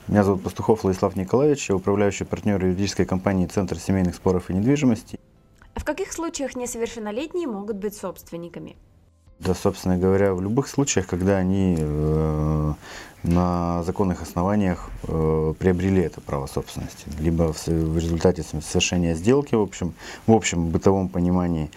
Меня зовут Пастухов Владислав Николаевич, я управляющий партнер юридической компании «Центр семейных споров и недвижимости». А в каких случаях несовершеннолетние могут быть собственниками? Да, собственно говоря, в любых случаях, когда они на законных основаниях приобрели это право собственности, либо в результате совершения сделки, в общем бытовом понимании,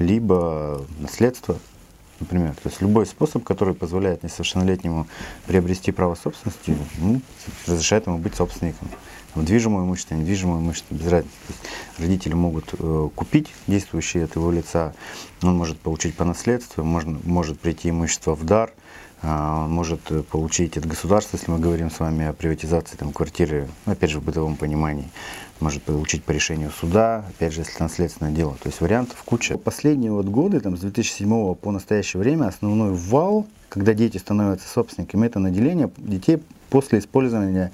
либо наследство, например. То есть любой способ, который позволяет несовершеннолетнему приобрести право собственности, разрешает ему быть собственником. Движимое имущество, недвижимое имущество, без разницы. То есть родители могут купить действующие от его лица, он может получить по наследству, может прийти имущество в дар, он может получить от государства, если мы говорим с вами о приватизации квартиры, опять же в бытовом понимании, может получить по решению суда, опять же, если это наследственное дело. То есть вариантов куча. Последние годы, с 2007 по настоящее время, основной вал, когда дети становятся собственниками, это наделение детей после использования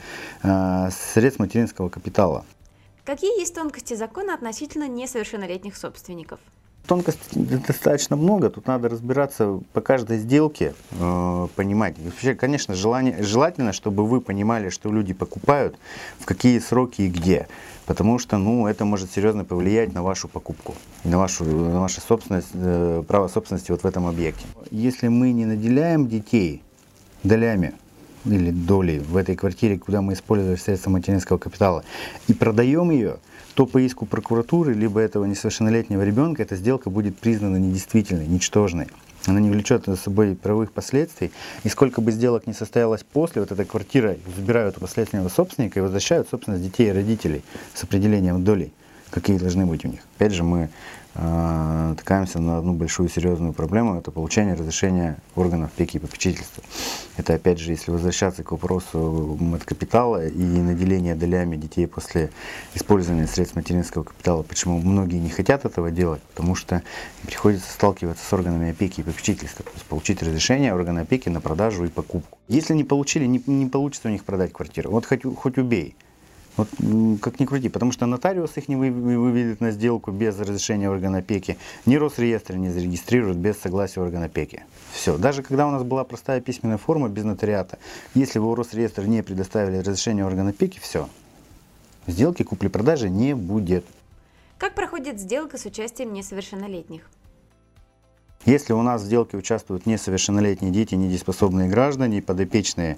средств материнского капитала. Какие есть тонкости закона относительно несовершеннолетних собственников? Тонкостей достаточно много, тут надо разбираться по каждой сделке, понимать. Вообще, конечно, желательно, чтобы вы понимали, что люди покупают, в какие сроки и где. Потому что это может серьезно повлиять на вашу покупку, на вашу собственность, право собственности в этом объекте. Если мы не наделяем детей долями или долей в этой квартире, куда мы использовали средства материнского капитала, и продаем ее, то по иску прокуратуры, либо этого несовершеннолетнего ребенка, эта сделка будет признана недействительной, ничтожной. Она не влечет за собой правовых последствий. И сколько бы сделок не состоялось после, эта квартира забирают у последнего собственника и возвращают собственность детей и родителей с определением долей, какие должны быть у них. Опять же, мы натыкаемся на одну большую серьезную проблему, это получение разрешения органов опеки и попечительства. Это, опять же, если возвращаться к вопросу капитала и наделения долями детей после использования средств материнского капитала, почему многие не хотят этого делать, потому что приходится сталкиваться с органами опеки и попечительства, то есть получить разрешение органа опеки на продажу и покупку. Если не получили, не получится у них продать квартиру, хоть убей. Как ни крути, потому что нотариус их не выведет на сделку без разрешения органа опеки, ни Росреестр не зарегистрирует без согласия органа опеки. Все. Даже когда у нас была простая письменная форма без нотариата, если вы в Росреестр не предоставили разрешение органа опеки, все. Сделки купли-продажи не будет. Как проходит сделка с участием несовершеннолетних? Если у нас в сделке участвуют несовершеннолетние дети, недееспособные граждане, подопечные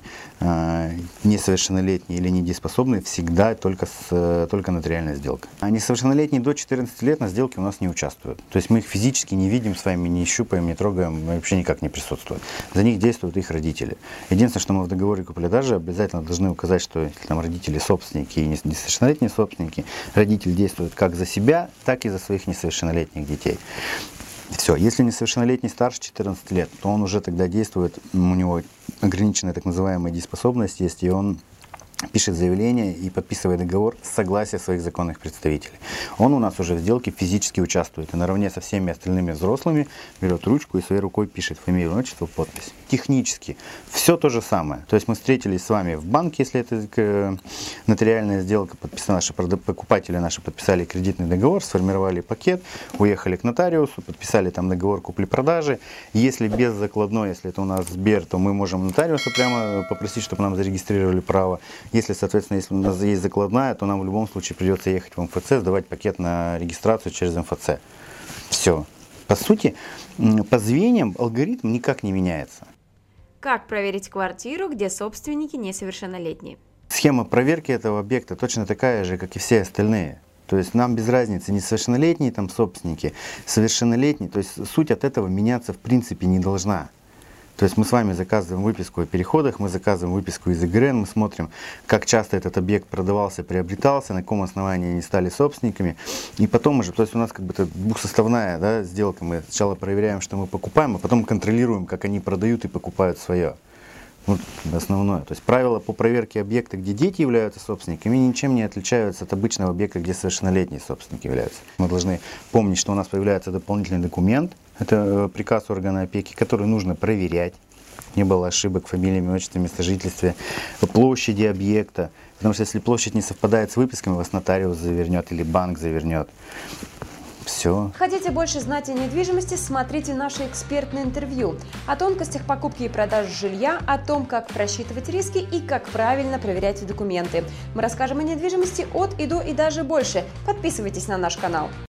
несовершеннолетние или недееспособные, всегда только нотариальная сделка. А несовершеннолетние до 14 лет на сделке у нас не участвуют. То есть мы их физически не видим с вами, не щупаем, не трогаем, вообще никак не присутствуют. За них действуют их родители. Единственное, что мы в договоре купли-продажи обязательно должны указать, что если там родители собственники и несовершеннолетние собственники, родитель действует как за себя, так и за своих несовершеннолетних детей. Все, если несовершеннолетний старше 14 лет, то он уже тогда действует, у него ограниченная так называемая дееспособность есть, и он пишет заявление и подписывает договор с согласия своих законных представителей. Он у нас уже в сделке физически участвует и наравне со всеми остальными взрослыми берет ручку и своей рукой пишет фамилию, отчество, подпись. Технически все то же самое. То есть мы встретились с вами в банке, если это нотариальная сделка, наши покупатели наши подписали кредитный договор, сформировали пакет, уехали к нотариусу, подписали там договор купли-продажи. Если без закладной, если это у нас Сбер, то мы можем нотариуса прямо попросить, чтобы нам зарегистрировали право. Если, соответственно, если у нас есть закладная, то нам в любом случае придется ехать в МФЦ, сдавать пакет на регистрацию через МФЦ. Все. По сути, по звеньям алгоритм никак не меняется. Как проверить квартиру, где собственники несовершеннолетние? Схема проверки этого объекта точно такая же, как и все остальные. То есть нам без разницы, несовершеннолетние там собственники, совершеннолетние. То есть суть от этого меняться в принципе не должна. То есть мы с вами заказываем выписку о переходах, мы заказываем выписку из ЕГРН, мы смотрим, как часто этот объект продавался, приобретался, на каком основании они стали собственниками. И потом уже, то есть у нас как бы это двухсоставная сделка. Мы сначала проверяем, что мы покупаем, а потом контролируем, как они продают и покупают свое. Вот основное. То есть правила по проверке объекта, где дети являются собственниками, ничем не отличаются от обычного объекта, где совершеннолетние собственники являются. Мы должны помнить, что у нас появляется дополнительный документ, это приказ органа опеки, который нужно проверять. Не было ошибок в фамилии, имя, отчестве, место жительства, площади объекта. Потому что если площадь не совпадает с выписками, вас нотариус завернет или банк завернет. Все. Хотите больше знать о недвижимости? Смотрите наше экспертное интервью о тонкостях покупки и продажи жилья, о том, как просчитывать риски и как правильно проверять документы. Мы расскажем о недвижимости от и до и даже больше. Подписывайтесь на наш канал.